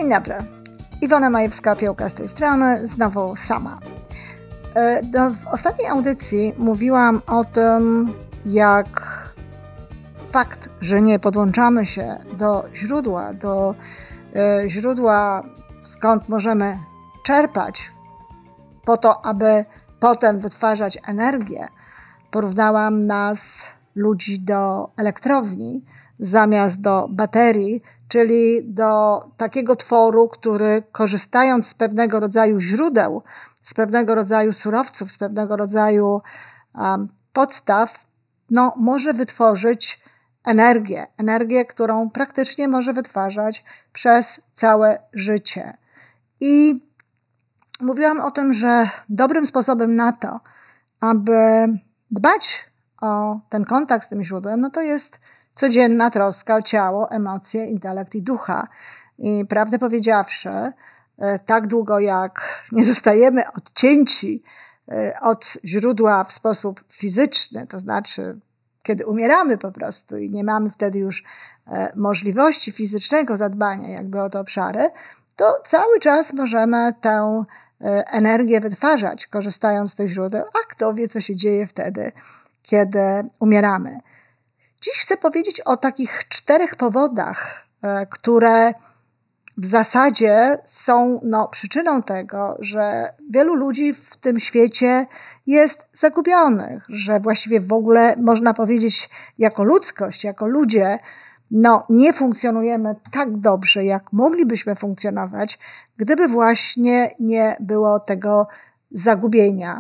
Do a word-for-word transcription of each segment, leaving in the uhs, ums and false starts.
Dzień dobry. Iwona Majewska-Opiełka z tej strony, znowu sama. W ostatniej audycji mówiłam o tym, jak fakt, że nie podłączamy się do źródła, do źródła, skąd możemy czerpać po to, aby potem wytwarzać energię, porównałam nas, ludzi, do elektrowni zamiast do baterii, czyli do takiego tworu, który korzystając z pewnego rodzaju źródeł, z pewnego rodzaju surowców, z pewnego rodzaju um, podstaw, no, może wytworzyć energię. Energię, którą praktycznie może wytwarzać przez całe życie. I mówiłam o tym, że dobrym sposobem na to, aby dbać o ten kontakt z tym źródłem, no to jest codzienna troska o ciało, emocje, intelekt i ducha. I prawdę powiedziawszy, tak długo jak nie zostajemy odcięci od źródła w sposób fizyczny, to znaczy kiedy umieramy po prostu i nie mamy wtedy już możliwości fizycznego zadbania jakby o te obszary, to cały czas możemy tę energię wytwarzać, korzystając z tych źródeł, a kto wie, co się dzieje wtedy, kiedy umieramy. Dziś chcę powiedzieć o takich czterech powodach, które w zasadzie są no, przyczyną tego, że wielu ludzi w tym świecie jest zagubionych, że właściwie w ogóle można powiedzieć jako ludzkość, jako ludzie, no, nie funkcjonujemy tak dobrze, jak moglibyśmy funkcjonować, gdyby właśnie nie było tego zagubienia.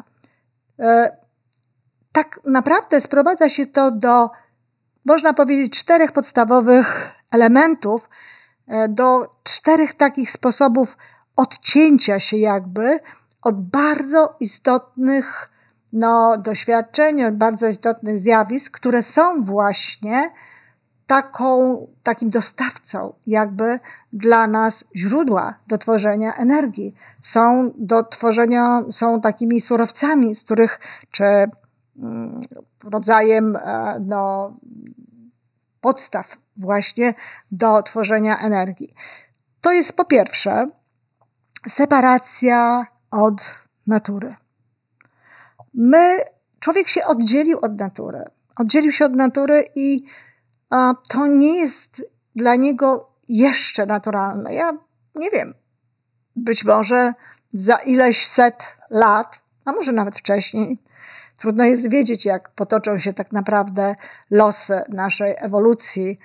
Tak naprawdę sprowadza się to do, można powiedzieć, czterech podstawowych elementów, do czterech takich sposobów odcięcia się jakby od bardzo istotnych no, doświadczeń, od bardzo istotnych zjawisk, które są właśnie taką, takim dostawcą jakby dla nas źródła do tworzenia energii. Są do tworzenia, są takimi surowcami, z których czy mm, rodzajem no, podstaw właśnie do tworzenia energii. To jest po pierwsze separacja od natury. My, człowiek się oddzielił od natury. Oddzielił się od natury i a, to nie jest dla niego jeszcze naturalne. Ja nie wiem, być może za ileś set lat, a może nawet wcześniej, trudno jest wiedzieć, jak potoczą się tak naprawdę losy naszej ewolucji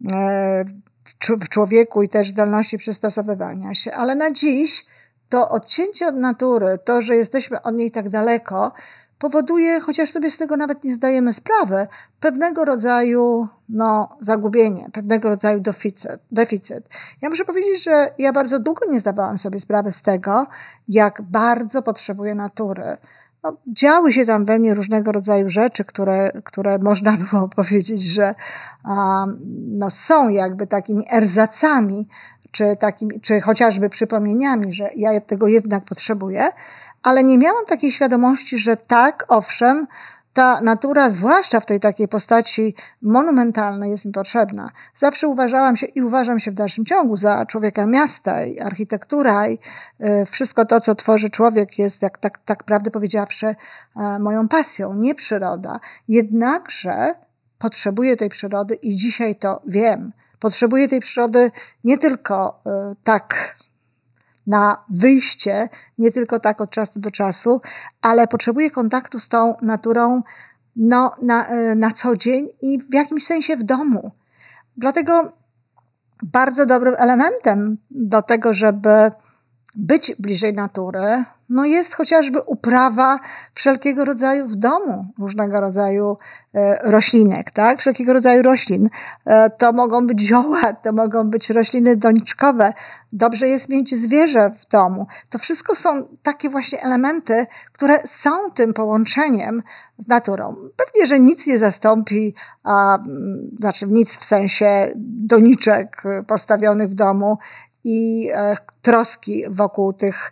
w człowieku i też zdolności przystosowywania się. Ale na dziś to odcięcie od natury, to, że jesteśmy od niej tak daleko, powoduje, chociaż sobie z tego nawet nie zdajemy sprawy, pewnego rodzaju no, zagubienie, pewnego rodzaju deficyt, deficyt. Ja muszę powiedzieć, że ja bardzo długo nie zdawałam sobie sprawy z tego, jak bardzo potrzebuję natury. No, działy się tam we mnie różnego rodzaju rzeczy, które, które można było powiedzieć, że um, no, są jakby takimi erzacami, czy, takimi, czy chociażby przypomnieniami, że ja tego jednak potrzebuję, ale nie miałam takiej świadomości, że tak, owszem, ta natura, zwłaszcza w tej takiej postaci monumentalnej, jest mi potrzebna. Zawsze uważałam się i uważam się w dalszym ciągu za człowieka miasta i architektura i y, wszystko to, co tworzy człowiek, jest, jak tak, tak prawdę powiedziawszy, y, moją pasją, nie przyroda. Jednakże potrzebuję tej przyrody i dzisiaj to wiem. Potrzebuję tej przyrody nie tylko y, tak na wyjście, nie tylko tak od czasu do czasu, ale potrzebuję kontaktu z tą naturą no, na, na co dzień i w jakimś sensie w domu. Dlatego bardzo dobrym elementem do tego, żeby być bliżej natury, no jest chociażby uprawa wszelkiego rodzaju w domu, różnego rodzaju e, roślinek, tak? Wszelkiego rodzaju roślin. E, to mogą być zioła, to mogą być rośliny doniczkowe. Dobrze jest mieć zwierzę w domu. To wszystko są takie właśnie elementy, które są tym połączeniem z naturą. Pewnie, że nic nie zastąpi, a, znaczy nic w sensie doniczek postawionych w domu i e, troski wokół tych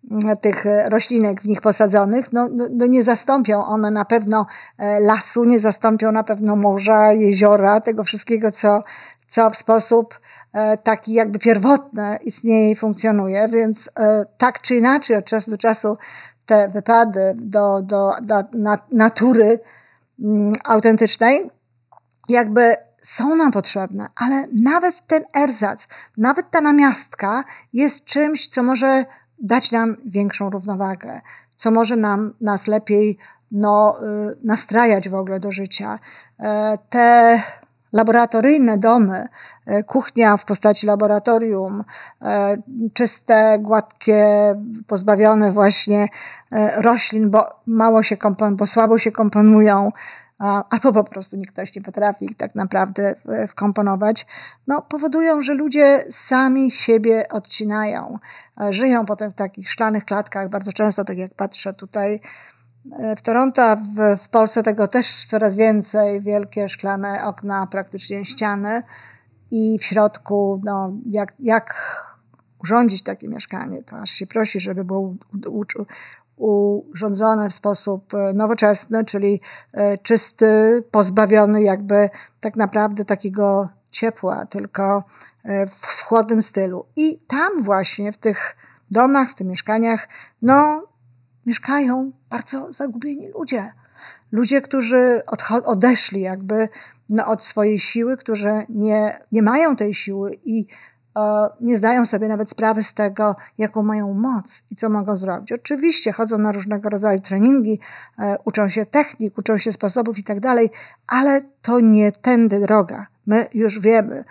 tych roślinek w nich posadzonych, no, no, no nie zastąpią one na pewno lasu, nie zastąpią na pewno morza, jeziora, tego wszystkiego, co, co w sposób taki jakby pierwotny istnieje i funkcjonuje, więc tak czy inaczej od czasu do czasu te wypady do, do, do natury autentycznej jakby są nam potrzebne, ale nawet ten erzac, nawet ta namiastka jest czymś, co może dać nam większą równowagę, co może nam, nas lepiej no, nastrajać w ogóle do życia. Te laboratoryjne domy, kuchnia w postaci laboratorium, czyste, gładkie, pozbawione właśnie roślin, bo mało się komponują, bo słabo się komponują, albo po prostu nikt ktoś nie potrafi ich tak naprawdę wkomponować, no, powodują, że ludzie sami siebie odcinają. Żyją potem w takich szklanych klatkach, bardzo często, tak jak patrzę tutaj w Toronto, w, w Polsce tego też coraz więcej, wielkie szklane okna, praktycznie ściany i w środku, no, jak, jak urządzić takie mieszkanie, to aż się prosi, żeby było u, u, urządzone w sposób nowoczesny, czyli czysty, pozbawiony jakby tak naprawdę takiego ciepła, tylko w chłodnym stylu. I tam właśnie w tych domach, w tych mieszkaniach, no mieszkają bardzo zagubieni ludzie. Ludzie, którzy odeszli jakby no, od swojej siły, którzy nie, nie mają tej siły i nie zdają sobie nawet sprawy z tego, jaką mają moc i co mogą zrobić. Oczywiście chodzą na różnego rodzaju treningi, uczą się technik, uczą się sposobów i tak dalej, ale to nie tędy droga. My już wiemy,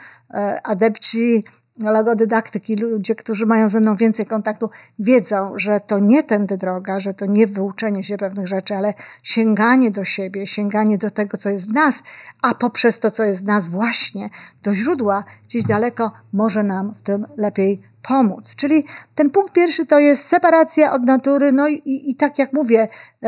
adepci logodydaktyki, ludzie, którzy mają ze mną więcej kontaktu, wiedzą, że to nie tędy droga, że to nie wyuczenie się pewnych rzeczy, ale sięganie do siebie, sięganie do tego, co jest w nas, a poprzez to, co jest w nas właśnie, do źródła, gdzieś daleko, może nam w tym lepiej pomóc. Czyli ten punkt pierwszy to jest separacja od natury, no i, i, i tak jak mówię,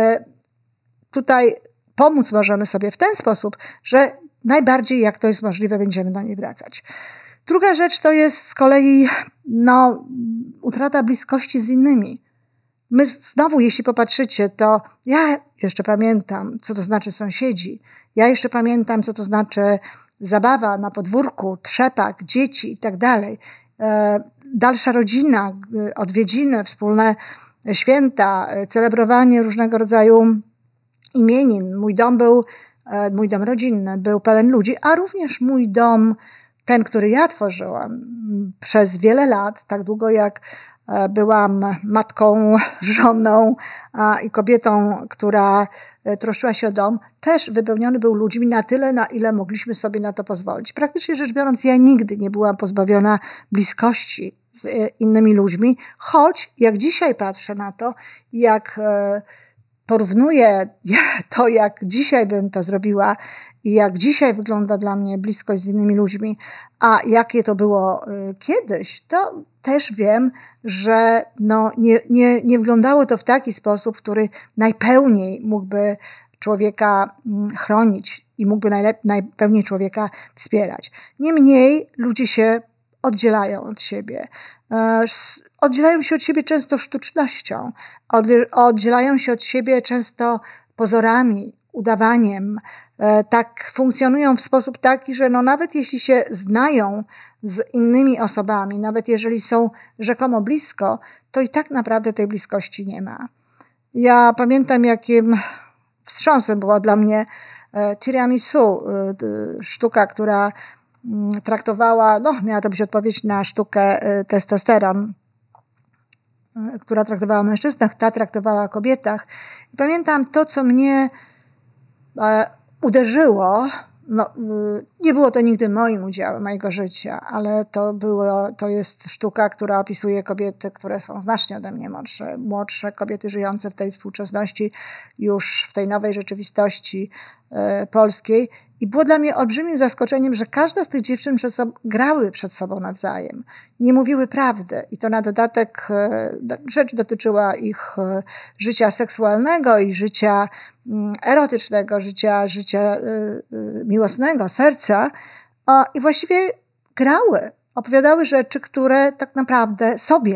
tutaj pomóc możemy sobie w ten sposób, że najbardziej, jak to jest możliwe, będziemy do niej wracać. Druga rzecz to jest z kolei no, utrata bliskości z innymi. My znowu, jeśli popatrzycie, to ja jeszcze pamiętam, co to znaczy sąsiedzi. Ja jeszcze pamiętam, co to znaczy zabawa na podwórku, trzepak, dzieci i tak dalej. Dalsza rodzina, odwiedziny, wspólne święta, celebrowanie różnego rodzaju imienin. Mój dom był, mój dom rodzinny był pełen ludzi, a również mój dom, ten, który ja tworzyłam przez wiele lat, tak długo jak byłam matką, żoną i kobietą, która troszczyła się o dom, też wypełniony był ludźmi na tyle, na ile mogliśmy sobie na to pozwolić. Praktycznie rzecz biorąc, ja nigdy nie byłam pozbawiona bliskości z innymi ludźmi, choć jak dzisiaj patrzę na to, jak porównuję to, jak dzisiaj bym to zrobiła i jak dzisiaj wygląda dla mnie bliskość z innymi ludźmi, a jakie to było kiedyś, to też wiem, że no nie, nie, nie wyglądało to w taki sposób, który najpełniej mógłby człowieka chronić i mógłby najlep- najpełniej człowieka wspierać. Niemniej ludzie się oddzielają od siebie. Oddzielają się od siebie często sztucznością, oddzielają się od siebie często pozorami, udawaniem. Tak funkcjonują w sposób taki, że no nawet jeśli się znają z innymi osobami, nawet jeżeli są rzekomo blisko, to i tak naprawdę tej bliskości nie ma. Ja pamiętam, jakim wstrząsem była dla mnie tiramisu, sztuka, która traktowała, no miała to być odpowiedź na sztukę testosteron, która traktowała o mężczyznach, ta traktowała o kobietach. I pamiętam to, co mnie e, uderzyło, no, nie było to nigdy moim udziałem, mojego życia, ale to było, to jest sztuka, która opisuje kobiety, które są znacznie ode mnie młodsze, młodsze kobiety żyjące w tej współczesności, już w tej nowej rzeczywistości e, polskiej. I było dla mnie olbrzymim zaskoczeniem, że każda z tych dziewczyn przed sobą, grały przed sobą nawzajem. Nie mówiły prawdy. I to na dodatek rzecz dotyczyła ich życia seksualnego i życia erotycznego, życia, życia miłosnego, serca. I właściwie grały. Opowiadały rzeczy, które tak naprawdę sobie,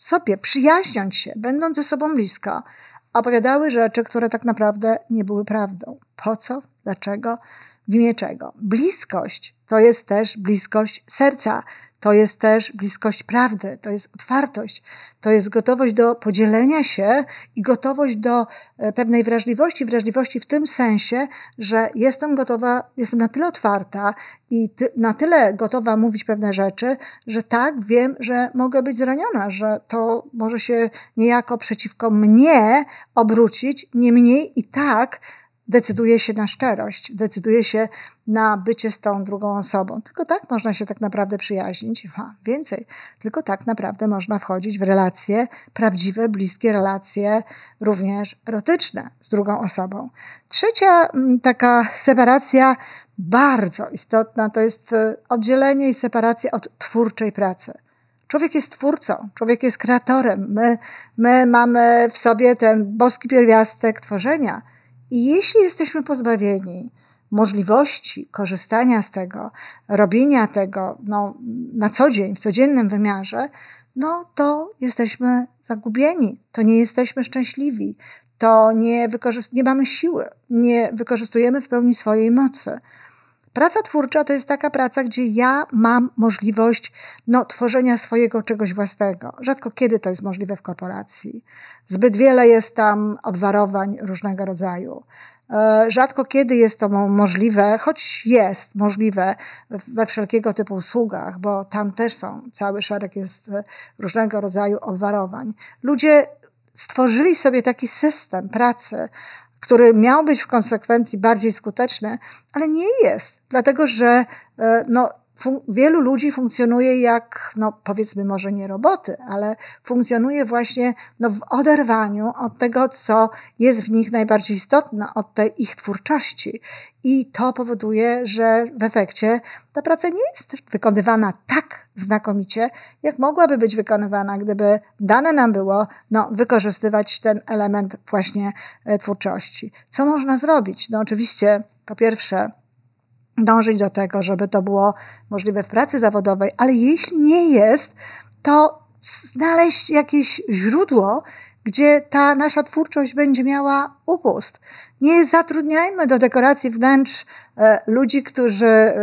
sobie, przyjaźniąc się, będąc ze sobą blisko, opowiadały rzeczy, które tak naprawdę nie były prawdą. Po co? Dlaczego? W imię czego? Bliskość to jest też bliskość serca, to jest też bliskość prawdy, to jest otwartość, to jest gotowość do podzielenia się i gotowość do pewnej wrażliwości, wrażliwości w tym sensie, że jestem gotowa, jestem na tyle otwarta i ty, na tyle gotowa mówić pewne rzeczy, że tak, wiem, że mogę być zraniona, że to może się niejako przeciwko mnie obrócić, niemniej i tak decyduje się na szczerość, decyduje się na bycie z tą drugą osobą. Tylko tak można się tak naprawdę przyjaźnić. Ha, więcej, tylko tak naprawdę można wchodzić w relacje, prawdziwe, bliskie relacje, również erotyczne z drugą osobą. Trzecia taka separacja bardzo istotna to jest oddzielenie i separacja od twórczej pracy. Człowiek jest twórcą, człowiek jest kreatorem. My, my mamy w sobie ten boski pierwiastek tworzenia. I jeśli jesteśmy pozbawieni możliwości korzystania z tego, robienia tego no, na co dzień, w codziennym wymiarze, no to jesteśmy zagubieni, to nie jesteśmy szczęśliwi, to nie, wykorzyst- nie mamy siły, nie wykorzystujemy w pełni swojej mocy. Praca twórcza to jest taka praca, gdzie ja mam możliwość no, tworzenia swojego czegoś własnego. Rzadko kiedy to jest możliwe w korporacji. Zbyt wiele jest tam obwarowań różnego rodzaju. Rzadko kiedy jest to możliwe, choć jest możliwe we wszelkiego typu usługach, bo tam też są, cały szereg jest różnego rodzaju obwarowań. Ludzie stworzyli sobie taki system pracy, który miał być w konsekwencji bardziej skuteczny, ale nie jest, dlatego że no, fun- wielu ludzi funkcjonuje jak, no powiedzmy może nie roboty, ale funkcjonuje właśnie no, w oderwaniu od tego, co jest w nich najbardziej istotne, od tej ich twórczości. I to powoduje, że w efekcie ta praca nie jest wykonywana tak znakomicie, jak mogłaby być wykonywana, gdyby dane nam było no, wykorzystywać ten element właśnie twórczości. Co można zrobić? No oczywiście, po pierwsze, dążyć do tego, żeby to było możliwe w pracy zawodowej, ale jeśli nie jest, to znaleźć jakieś źródło, gdzie ta nasza twórczość będzie miała upust. Nie zatrudniajmy do dekoracji wnętrz ludzi, którzy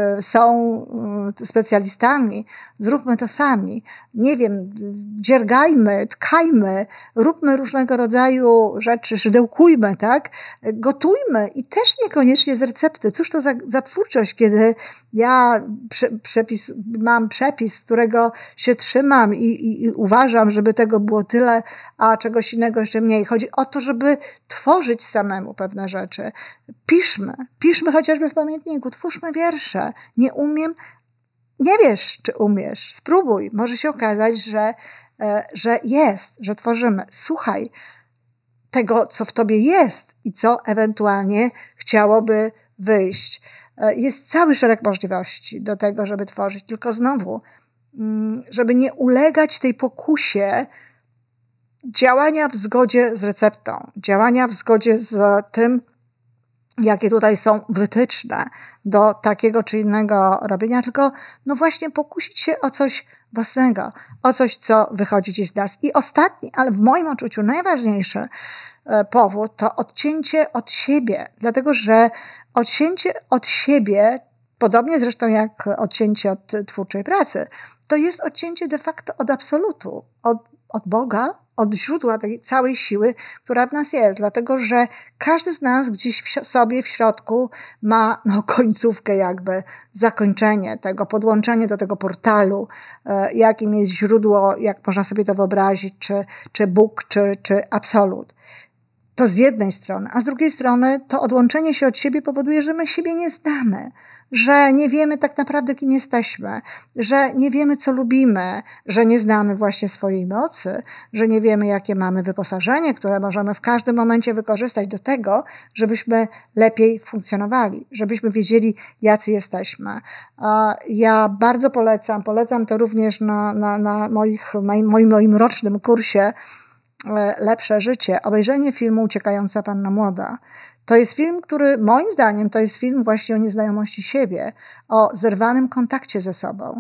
są specjalistami. Zróbmy to sami. Nie wiem, dziergajmy, tkajmy, róbmy różnego rodzaju rzeczy, szydełkujmy, tak? Gotujmy i też niekoniecznie z recepty. Cóż to za, za twórczość, kiedy ja prze, przepis, mam przepis, z którego się trzymam i, i, i uważam, żeby tego było tyle, a czegoś innego jeszcze mniej. Chodzi o to, żeby tworzyć samemu pewne rzeczy. Piszmy, piszmy chociażby w pamiętniku, twórzmy wiersze. Nie umiem, nie wiesz, czy umiesz. Spróbuj. Może się okazać, że, że jest, że tworzymy. Słuchaj tego, co w tobie jest i co ewentualnie chciałoby wyjść. Jest cały szereg możliwości do tego, żeby tworzyć, tylko znowu, żeby nie ulegać tej pokusie działania w zgodzie z receptą, działania w zgodzie z tym, jakie tutaj są wytyczne do takiego czy innego robienia, tylko no właśnie pokusić się o coś własnego, o coś, co wychodzi ci z nas. I ostatni, ale w moim odczuciu najważniejszy powód to odcięcie od siebie, dlatego że odcięcie od siebie, podobnie zresztą jak odcięcie od twórczej pracy, to jest odcięcie de facto od absolutu, od, od Boga, od źródła tej całej siły, która w nas jest, dlatego że każdy z nas gdzieś w sobie w środku ma no, końcówkę jakby, zakończenie tego, podłączenie do tego portalu, e, jakim jest źródło, jak można sobie to wyobrazić, czy, czy Bóg, czy, czy absolut. To z jednej strony, a z drugiej strony to odłączenie się od siebie powoduje, że my siebie nie znamy, że nie wiemy tak naprawdę, kim jesteśmy, że nie wiemy, co lubimy, że nie znamy właśnie swojej mocy, że nie wiemy, jakie mamy wyposażenie, które możemy w każdym momencie wykorzystać do tego, żebyśmy lepiej funkcjonowali, żebyśmy wiedzieli, jacy jesteśmy. Ja bardzo polecam, polecam to również na, na, na moich, moim, moim rocznym kursie Lepsze życie, obejrzenie filmu Uciekająca panna młoda. To jest film, który moim zdaniem to jest film właśnie o nieznajomości siebie, o zerwanym kontakcie ze sobą.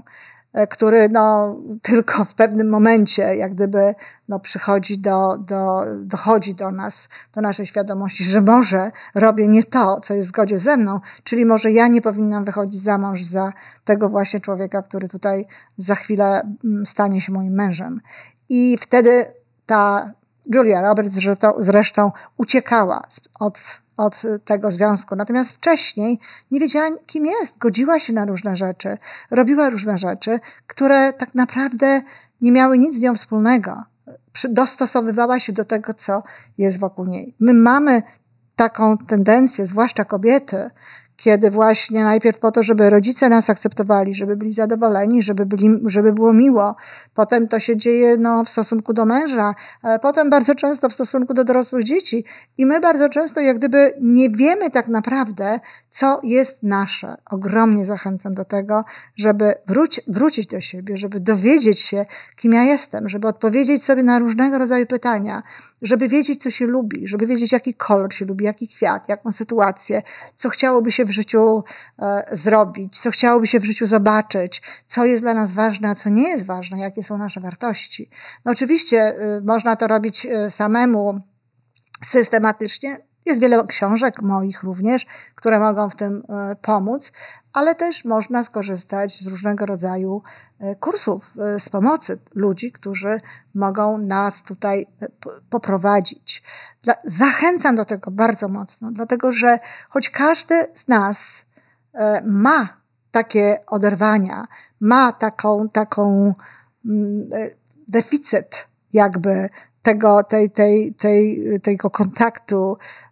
który no, tylko w pewnym momencie jak gdyby no, przychodzi do, do, dochodzi do nas, do naszej świadomości, że może robię nie to, co jest w zgodzie ze mną, czyli może ja nie powinnam wychodzić za mąż za tego właśnie człowieka, który tutaj za chwilę stanie się moim mężem. I wtedy ta Julia Roberts zresztą, zresztą uciekała od od tego związku. Natomiast wcześniej nie wiedziała, kim jest. Godziła się na różne rzeczy. Robiła różne rzeczy, które tak naprawdę nie miały nic z nią wspólnego. Dostosowywała się do tego, co jest wokół niej. My mamy taką tendencję, zwłaszcza kobiety, kiedy właśnie najpierw po to, żeby rodzice nas akceptowali, żeby byli zadowoleni, żeby, byli, żeby było miło. Potem to się dzieje no, w stosunku do męża, potem bardzo często w stosunku do dorosłych dzieci. I my bardzo często jak gdyby nie wiemy tak naprawdę, co jest nasze. Ogromnie zachęcam do tego, żeby wróci, wrócić do siebie, żeby dowiedzieć się, kim ja jestem, żeby odpowiedzieć sobie na różnego rodzaju pytania, żeby wiedzieć, co się lubi, żeby wiedzieć, jaki kolor się lubi, jaki kwiat, jaką sytuację, co chciałoby się w życiu e, zrobić, co chciałoby się w życiu zobaczyć, co jest dla nas ważne, a co nie jest ważne, jakie są nasze wartości. No oczywiście e, można to robić e, samemu, systematycznie. Jest wiele książek moich również, które mogą w tym e, pomóc, ale też można skorzystać z różnego rodzaju e, kursów e, z pomocy ludzi, którzy mogą nas tutaj e, poprowadzić. Dla, zachęcam do tego bardzo mocno, dlatego że choć każdy z nas e, ma takie oderwania, ma taką, taką mm, e, deficyt jakby tego, tej, tej, tej, tego kontaktu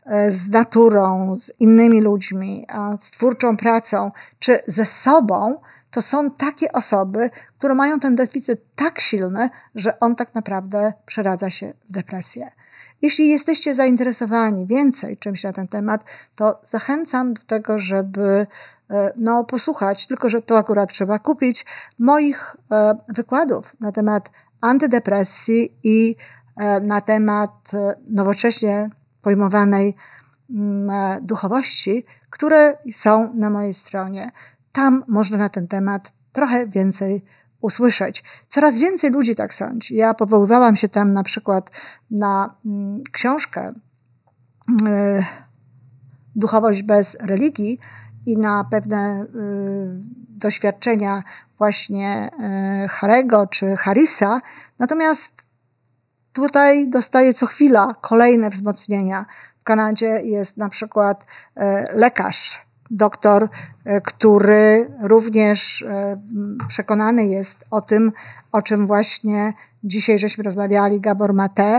z naturą, z innymi ludźmi, z twórczą pracą, czy ze sobą, to są takie osoby, które mają ten deficyt tak silny, że on tak naprawdę przeradza się w depresję. Jeśli jesteście zainteresowani więcej czymś na ten temat, to zachęcam do tego, żeby no, posłuchać, tylko że to akurat trzeba kupić, moich wykładów na temat antydepresji i na temat nowocześnie pojmowanej duchowości, które są na mojej stronie. Tam można na ten temat trochę więcej usłyszeć. Coraz więcej ludzi tak sądzi. Ja powoływałam się tam na przykład na książkę Duchowość bez religii i na pewne doświadczenia właśnie Harego czy Harrisa. Natomiast tutaj dostaję co chwila kolejne wzmocnienia. W Kanadzie jest na przykład lekarz, doktor, który również przekonany jest o tym, o czym właśnie dzisiaj żeśmy rozmawiali, Gabor Mate.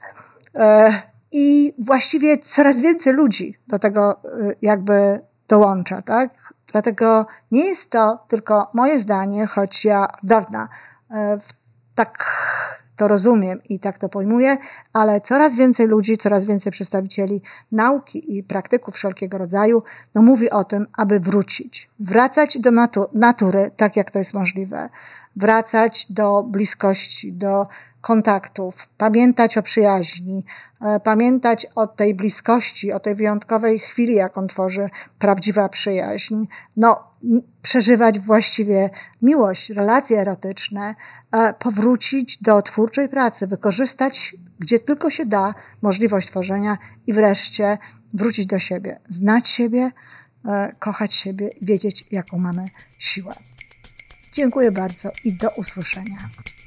I właściwie coraz więcej ludzi do tego jakby dołącza, tak? Dlatego nie jest to tylko moje zdanie, choć ja od dawna tak to rozumiem i tak to pojmuję, ale coraz więcej ludzi, coraz więcej przedstawicieli nauki i praktyków wszelkiego rodzaju, no mówi o tym, aby wrócić. Wracać do natury, tak jak to jest możliwe. Wracać do bliskości, do kontaktów, pamiętać o przyjaźni, pamiętać o tej bliskości, o tej wyjątkowej chwili, jaką tworzy prawdziwa przyjaźń. No, przeżywać właściwie miłość, relacje erotyczne, powrócić do twórczej pracy, wykorzystać, gdzie tylko się da, możliwość tworzenia i wreszcie wrócić do siebie, znać siebie, kochać siebie i wiedzieć, jaką mamy siłę. Dziękuję bardzo i do usłyszenia.